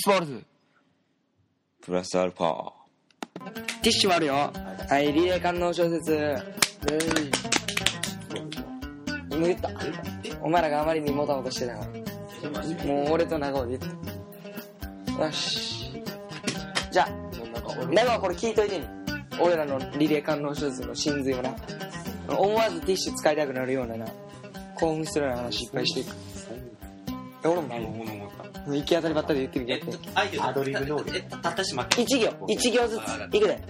ボールズプラスアルファ。 ティッシュもあるよ。はい、リレー観音小説。今言った。お前らがあまりにもたもたしてたから。もう俺と長尾で言った。よし。じゃあ、長尾これ聞いといてみ。俺らのリレー観音小説の真髄をな。思わずティッシュ使いたくなるようなな、興奮するような話いっぱいしていく。俺も行き当たりばったり言ってみて。 アドリブ能力。たったし負け。 一行ずつ。いくで。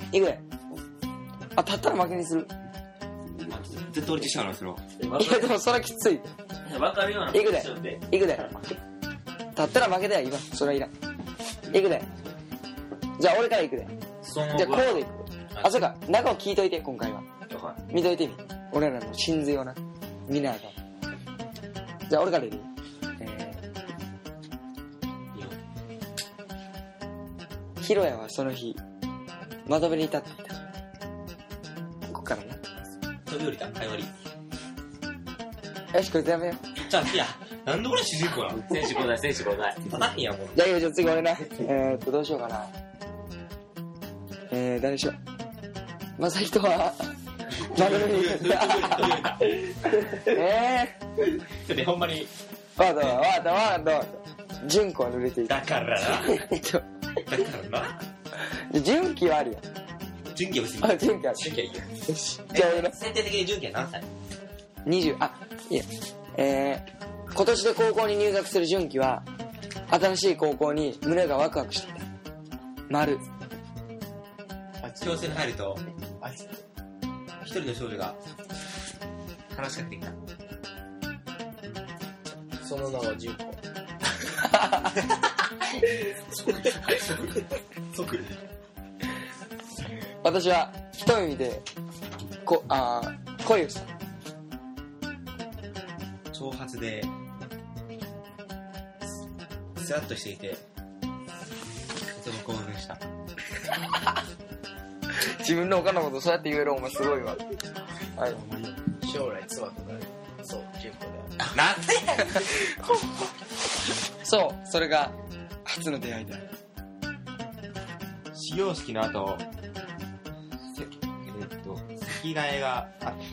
あ、たったら負けにする。 絶対俺自信あるんですよ。 いや、でもそれはきつい。 わかるような。 いくで。たったら負けだよ、今。それはいらん。いくで。じゃあ俺からいくで。じゃあこうでいく。あ、そうか。中を聞いといて、今回は。見といてみ。俺らの真髄をな。見なあかん。じゃあ俺からいく。ヒロヤはその日、窓辺に立っていた。ここからな。 飛び降りた。はい、終わり。 よし、これやめよう。 じゃあ、いや、なんで俺主人公なの？ 選手交代。 叩きんや、もう。 じゃあ、じゃあ次俺な。どうしようかな。誰にしよう。まさひとは、窓辺に立ってた。 ちょっとほんまに。 わかった。純子は濡れていた。 だからな。だからな。 純喜はあるよ。 純喜は別に。 あ、純喜ある。 純喜はいいよ。 よし。じゃあ俺な。 先定的に純喜は何歳 ？20、いや。今年で高校に入学する純喜は、新しい高校に胸がワクワクしていた。丸。 教室に入ると、一人の少女が話しかけてきた。 その名は純子。 即私は一耳で恋をした。 長髪でスラッとしていてとても興奮した。 自分の他のことそうやって言えるお前すごいわ。はい。 将来妻となる。そう、純子である。 なんでそう、それが初の出会いだ。 始業式の後、席替えがあった。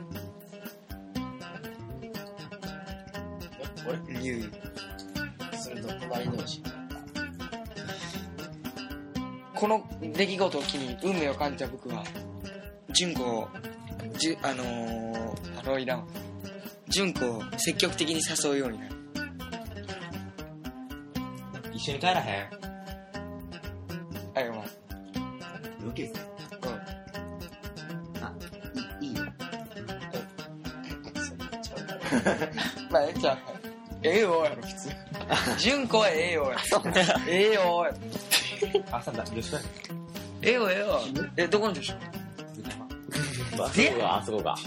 俺言う。 それと隣同士。 この出来事を機に運命を感じた僕は純子を純子を積極的に誘うようになる。 一緒に帰らへん？ はい、お前。 ロケです。いいよ。 まあ、じゃあ、ええよやろ、普通。純子はええよや。ええよや。 あ、そうだ、よしか。 ええよ。どこの女子？ あそこが。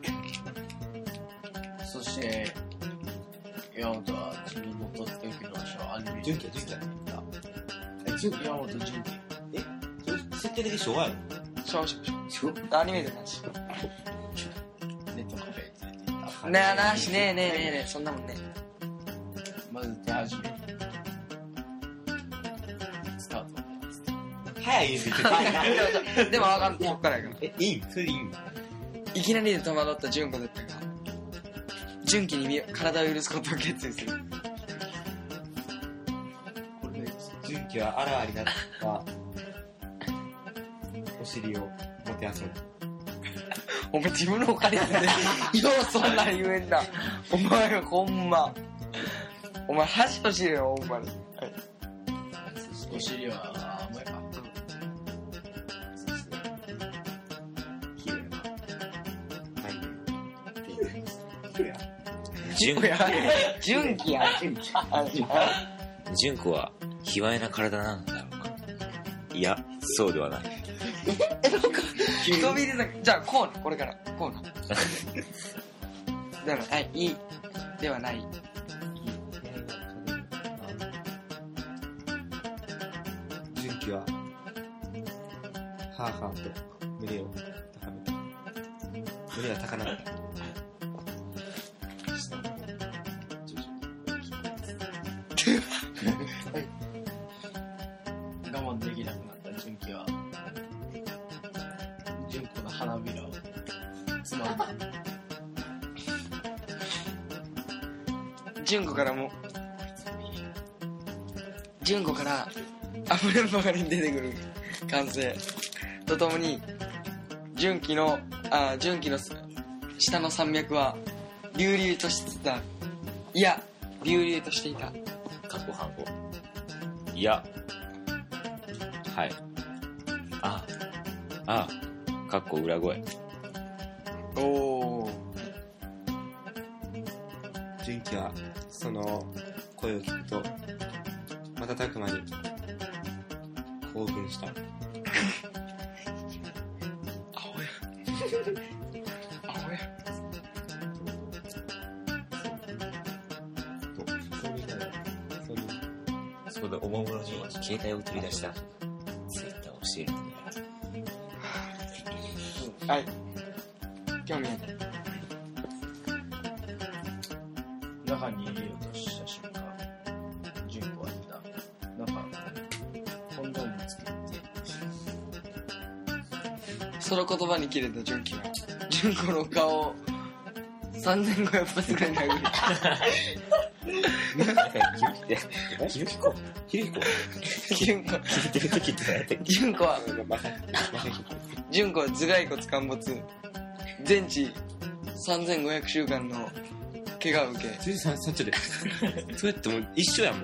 そして、山本は自分のとっておきの場所をアニメ純喜だ。 山本純喜。 設定的に昭和やろ。 少々。アニメでなし。 ネットカフェに連れて行った。 ねえなし、ねえ、そんなもんね。 まず手始めに。スタート。 早い言うて言って。 でもわかんない。こっからやから。 いいん？それでいいん？ いきなりで戸惑った純子だったが、純喜に体を許すことを決意する。 純喜はあらわになったお尻をもてあそぶ。 お前自分のお金でようそんなん言えんな。お前はほんま。お前箸の尻よ、ほんまに。 お尻は甘いか。 純喜や。 純子は卑猥な体なのだろうか。いや、そうではない。 飛び出た。じゃあこうな、これからこうな。だからいいではない。 純喜ははぁはぁと胸を高めた。胸は高鳴った。 純子からも、純子から溢れんばかりに出てくる歓声とともに、純喜の下の山脈は隆々としてた。いや、隆々としていた。 かっこ反語。いや。はい。かっこ裏声。 おー。 純喜はその声を聞くと瞬く間に興奮した。 アホや。アホや。 そこでおもむろに携帯を取り出したツイッターをしているんだよ。 はい。興味ある。 中に入れようとした瞬間、純子は言った。中、コンドームつけて。 その言葉に切れた純喜は、純子の顔を3500発ぐらい殴る。 ひろひこ純子聞いてる時って何やったっけ？ 純子は頭蓋骨陥没、全治3500週間の怪我を受け、 そっちでそれってもう一緒やもん。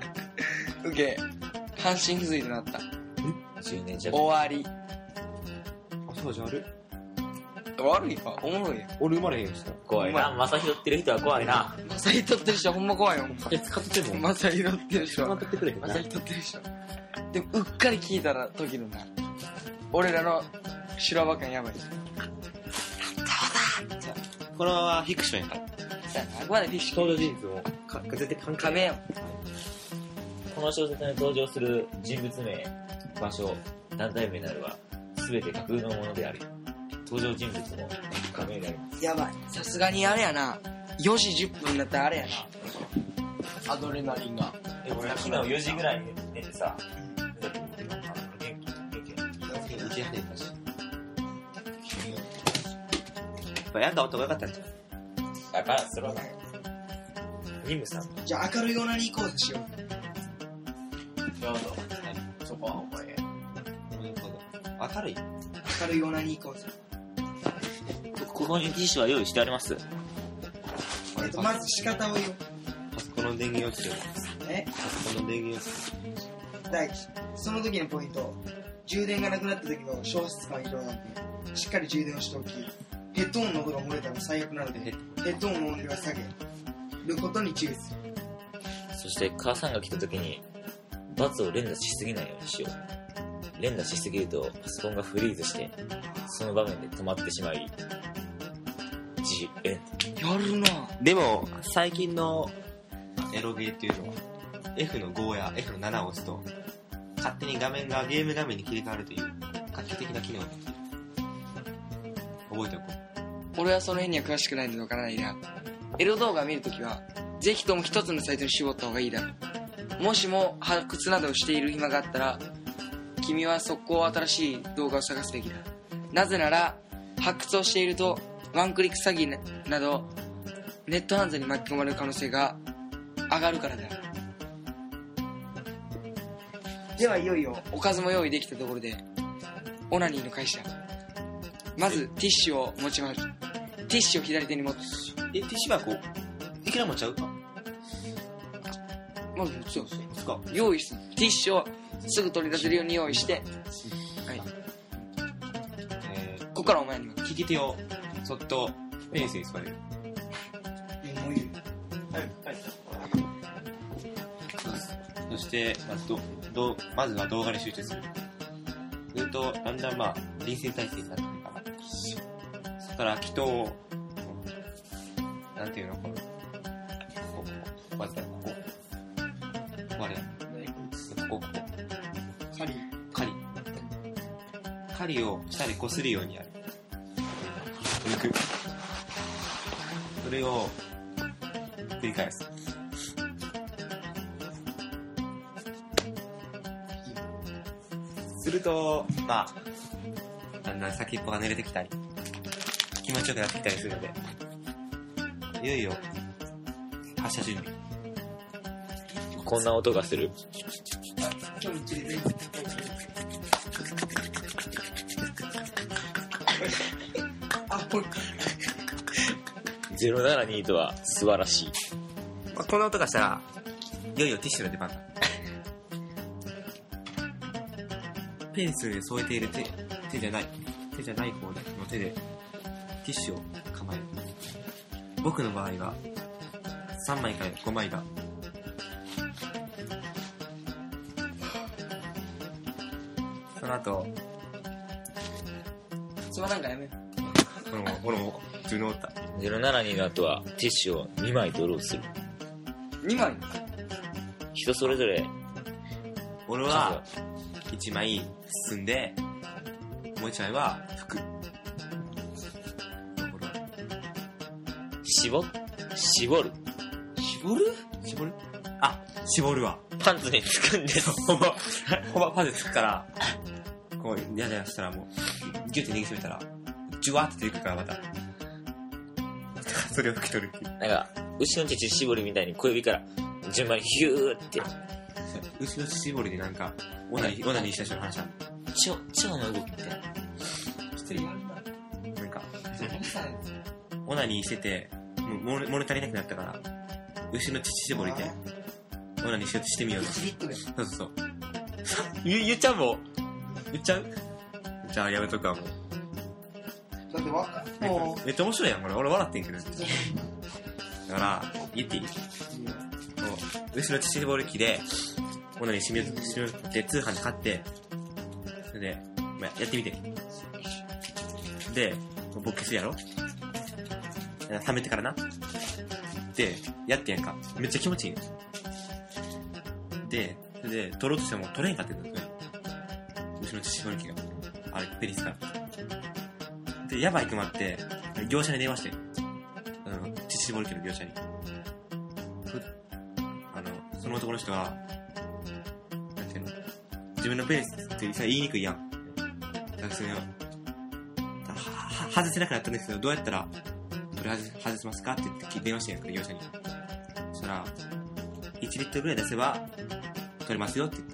半身不随となった。 10年弱。 終わり。 あ、そうじゃある悪いか、おもろいやん。 俺生まれへんよした。 怖いな。マサ拾ってる人は怖いな。 マサヒ取ってる人はほんま怖いよ。 酒使ってんの？ マサヒ取ってる人は。 使ってくれへんマサヒ取ってる人。でも、うっかり聞いたら時のな。俺らの修羅場感やばい。 これはフィクションやから。 あくまでフィッシュ。 登場人物も絶対関係亀よ。 この小説に登場する人物名、場所、団体名などは全て架空のものであり、登場人物も仮名であります。 やばい。さすがにあれやな。4時10分になったらあれやな。 アドレナリンが。 俺昨日4時ぐらいに寝てさ、 うちやねんだし。やっぱやった男よかったんじゃん。 だからそれはニムさん。 じゃあ明るいオナニー講座しよやだ。そこはお前。 明るい？ う。明るいオナニー講座。 ここにティッシュは用意してあります。 まず仕方を言おう。 パソコンの電源をつける。パソコンの電源をつける。 第一、その時のポイント、充電がなくなった時の消失感移動なんて、しっかり充電をしておき、ヘッドホンの音が漏れたら最悪なので、ヘッドホンの音量は下げることに注意する。 そして母さんが来た時に罰を連打しすぎないようにしよう。連打しすぎるとパソコンがフリーズしてその場面で止まってしまい、ジエンやるな。 でも最近のエロゲーっていうのは F の5や F の7を押すと勝手に画面がゲーム画面に切り替わるという画期的な機能を持っている。覚えておこう。 俺はその辺には詳しくないのでわからないが、エロ動画を見るときはぜひとも一つのサイトに絞った方がいいだろう。もしも発掘などをしている暇があったら、君は速攻新しい動画を探すべきだ。なぜなら発掘をしているとワンクリック詐欺などネット犯罪に巻き込まれる可能性が上がるからだ。ではいよいよおかずも用意できたところでオナニーの開始だ。まずティッシュを持ちます。ティッシュを左手に持つ。 ティッシュ箱いくら持ちゃうか。 まず持つよ。 か用意する。ティッシュをすぐ取り出せるように用意して、はい。ここからお前に利き手をそっとペースに座れる。 もういい。 そして、まずは動画に集中する。すると、だんだん臨戦態勢になってくるから。そこから祈祷を、なんていうの、ここ、まずはここ。あれここ。針を下に擦るようにやる。抜く。それを繰り返す。すると、だんだん先っぽが濡れてきたり、気持ちよくなってきたりするので、いよいよ、 発射準備。 こんな音がする。 今日めっちゃあ、これ 072とは素晴らしい。 まあ、こんな音がしたら、いよいよティッシュの出番だ。ペンスで添えている手じゃない方の手でティッシュを構える。僕の場合は3枚から5枚だ。その後、 つまらんからやめよ俺も自分の思った。 072の後はティッシュを2枚ドローする。 2枚人それぞれ俺は1枚進んで、もう1枚は服。 絞る絞るあ、絞るわ。 パンツにつくんです。 ほばパンでつくから、こう、やだやしたらもう、ギュッて握りしめたら、ジュワーって出てくるからまた。それを拭き取るっていう。 なんか牛の乳絞りみたいに小指から順番にヒューって牛の乳絞りでなんか、オナニーした人の話ある。 腸の動きみたいな。 知ってる？なんか、オナニーしてて、もう物足りなくなったから、牛の乳絞りで、オナニーしようとしてみようと。 1リットルそうそう。言っちゃうもん。言っちゃう？じゃあやめとくわもう。 だってわかんもめっちゃ面白いやん、これ。俺笑ってんけど。だから、言っていい？牛の乳絞り機で、オナニーしみようって通販で買って、それで、まあ、やってみて。で、ボックスやろ？溜めてからな。で、やってやんか。めっちゃ気持ちいいの。で、それで、取ろうとしても取れへんかってんだよ。牛の乳絞り機が。あれ、ペリスから。で、やばいと思って、業者に電話して。乳絞り機の業者に。その男の人は、なんていうの、自分のペースって言いにくいやん。だからそれを、外せなくなったんですけど、どうやったら、これ外せますかって言って電話してんやんか、業者に。そしたら、1リットルぐらい出せば、取れますよって言って。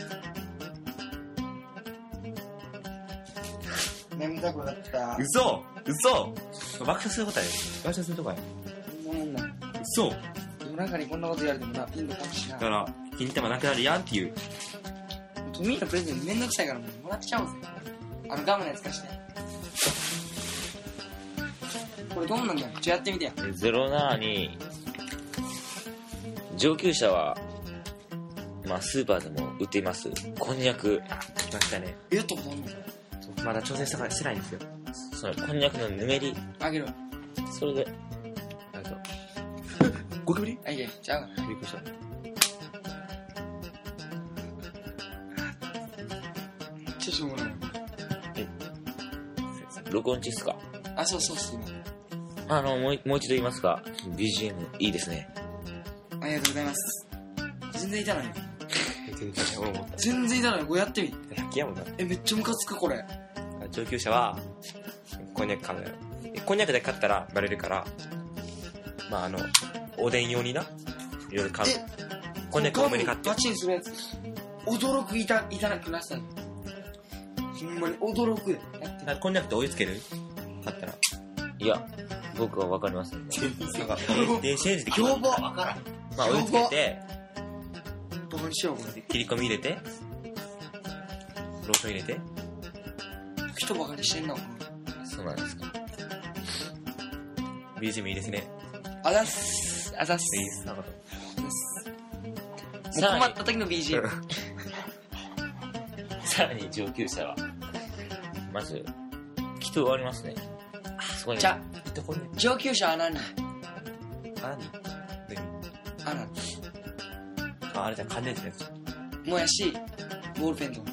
眠たくなった。 嘘爆笑することやで。爆笑するとこや。 そんなもんな。 嘘夜中にこんなこと言われてもな、ピンとかんしな。 だから、金玉なくなるやんっていう。 トミーのプレゼントめんどくさいからもらっちゃおうぜ。ガムのやつ貸して。これどんなんだよ。やってみてや。 072上級者はまあスーパーでも売っていますこんにゃく。 来ましたね。 やったことあんの？ まだ挑戦してないんですよ。 そのこんにゃくのぬめり、 あげるわ。 それでなんかゴキブリ？ あげる。ちゃうかな。 びっくりした。 ちょっとしょうがない。 録音中っすか？ あ、そうそうっす、 もう一度言いますか？ BGM いいですね。 ありがとうございます。全然いたのよ。 俺も全然いたのよ。これやってみ。 100均やもんな。 めっちゃムカつくこれ。 上級者はこんにゃく買うのよ。こんにゃくで買ったらバレるから、まあおでん用にな、いろいろ買う。こんにゃく多めに買ってバチンするやつ。驚くいたなくなったの。ほんまに驚くよ。 こんにゃくってお湯つける？買ったら。 いや僕は分かりません。 なんか電子レンジで評判わからん。 まあお湯つけて、 どうしようこれ。 切り込み入れて、ローション入れて。 人ばかりしてんな。 そうなんですか。 BGM いいですね。 あざっす。あざっす。 いいです。なんかもう困った時の BGM。 さらに上級者はまず祈祷ありますね。そこにじゃいとこね。 上級者は何？ あれじゃん、乾電池のやつ。 もやし、ボールペンと。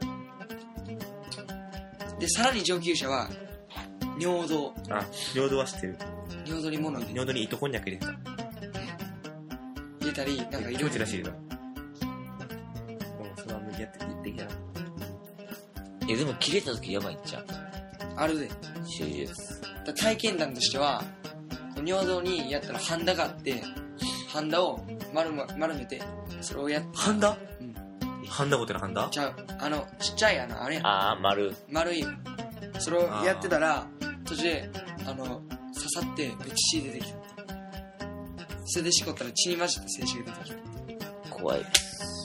で、さらに上級者は、尿道。 あ、尿道は知ってる。 尿道に物入れ尿道に糸こんにゃく入れてた。 入れたり、なんか気持ちらしいよ。もうそれは無理やって言ってきたな。 でも切れた時やばいんちゃう？ あるで。 手術。 体験談としては、尿道にやったらハンダがあって、 ハンダを丸めて、それをやって、 ハンダうん。 ハンダごてのハンダちゃう、ちっちゃいあれやん。 あー、 丸い。それをやってたら、途中で、刺さってめっちゃ血出てきた。それでしこったら血に混じって精子が出てきた。 怖いです。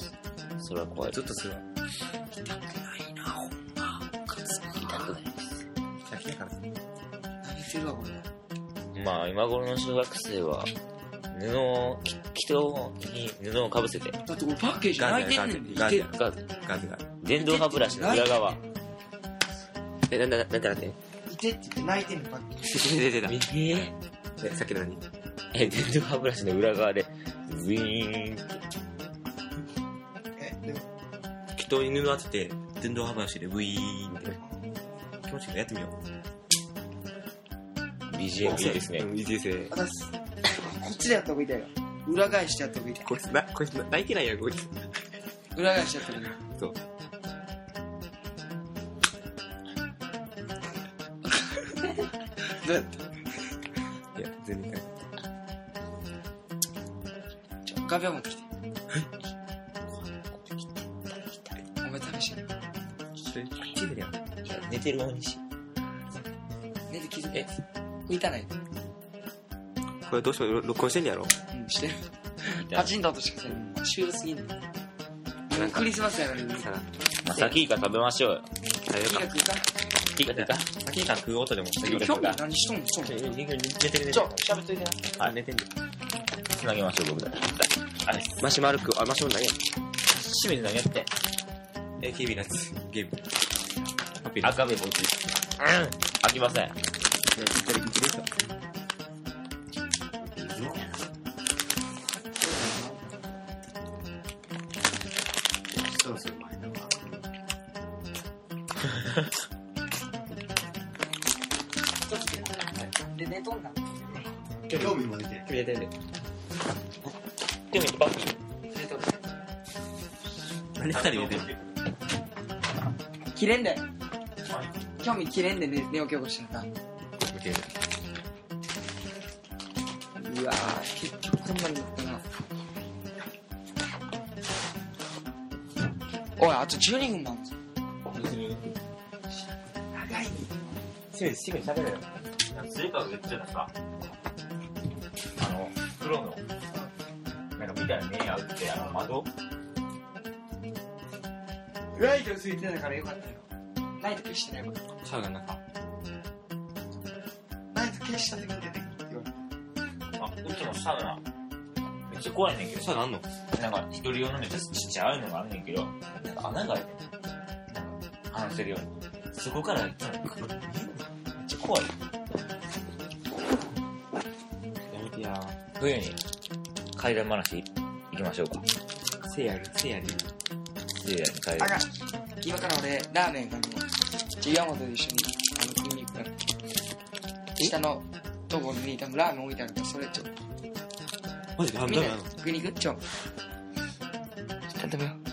それは怖い。 ずっとするわ。 痛くないな、ほんま。痛くないです。 痛くないから何言ってるわ、これ。 まあ、今頃の小学生は、人に布をかぶせて、 だって俺パッケージ泣いてんねん。 ガーゼが、 ガーゼが。 電動歯ブラシの裏側。 なんていてって言って泣いてんの、パッケージ。 出てさっきの何電動歯ブラシの裏側で、ズイーンって。 でも、 人に布当てて、電動歯ブラシでウィーンって。気持ちいいからやってみよう。 BGM いいですね。 いいですね。 私、こっちでやった方がいいだよ。裏返してやった方がいいだよ。 こいつ泣いてないやん、こいつ。 裏返してやった方がいい。 そう。 どうやっていや、全然。 画鋲持ってきて。お前試しに。 それ、聞いてるやん。 寝てる大西。 寝て気づけ。拭いたない。 これどうしよう、録音してんねやろ。 うん、してる。パチンと音しかせん。シュールすぎんねん。クリスマスやのに。 さまあ、先イカ食べましょうよ。 いいか食うかイカイカ。 先から食う音でも先今日何しとんのそうなの寝てる喋っといてな。 はい、寝てんで。 つなげましょう、僕だ。 マシュマルク、マシュマル何や清水何やって ?AKB のやつ、ゲーム。 赤べこっち。飽きません。 そろそろ前だわ。 で、寝とんだ。 興味も出て。 寝てんで。 でもバッキー。 寝とる。 何二人寝てんの切れんで。興味切れんで寝起き起こしてるな。うわぁ、結局こんなになったな。おい、あと12分もあんぞ。長いね。 すぐ喋れよ。 釣りか言ってたさ、プロの、なんか見たら目合うって、窓ライトついてたからよかったよ。ライト消してないわ。 シャワーが中。 ライト消した時に出てくるって言われうちのサウナ、めっちゃ怖いねんけど、 シャワーあんのなんか一人用のめっちゃちっちゃいのがあんねんけど、なんか穴が開いてんなんか話せるように。そこからいつも来る。めっちゃ怖い。 やめてや冬に怪談話行きましょうか。 せやにせいやに怪談。 た。あかん。今から俺、ラーメン、岩本と一緒に、食いに行くから。下のところに多分ラーメン置いてあるから、それちょっと。 マジでみんな食いに行くちょっと食べよう。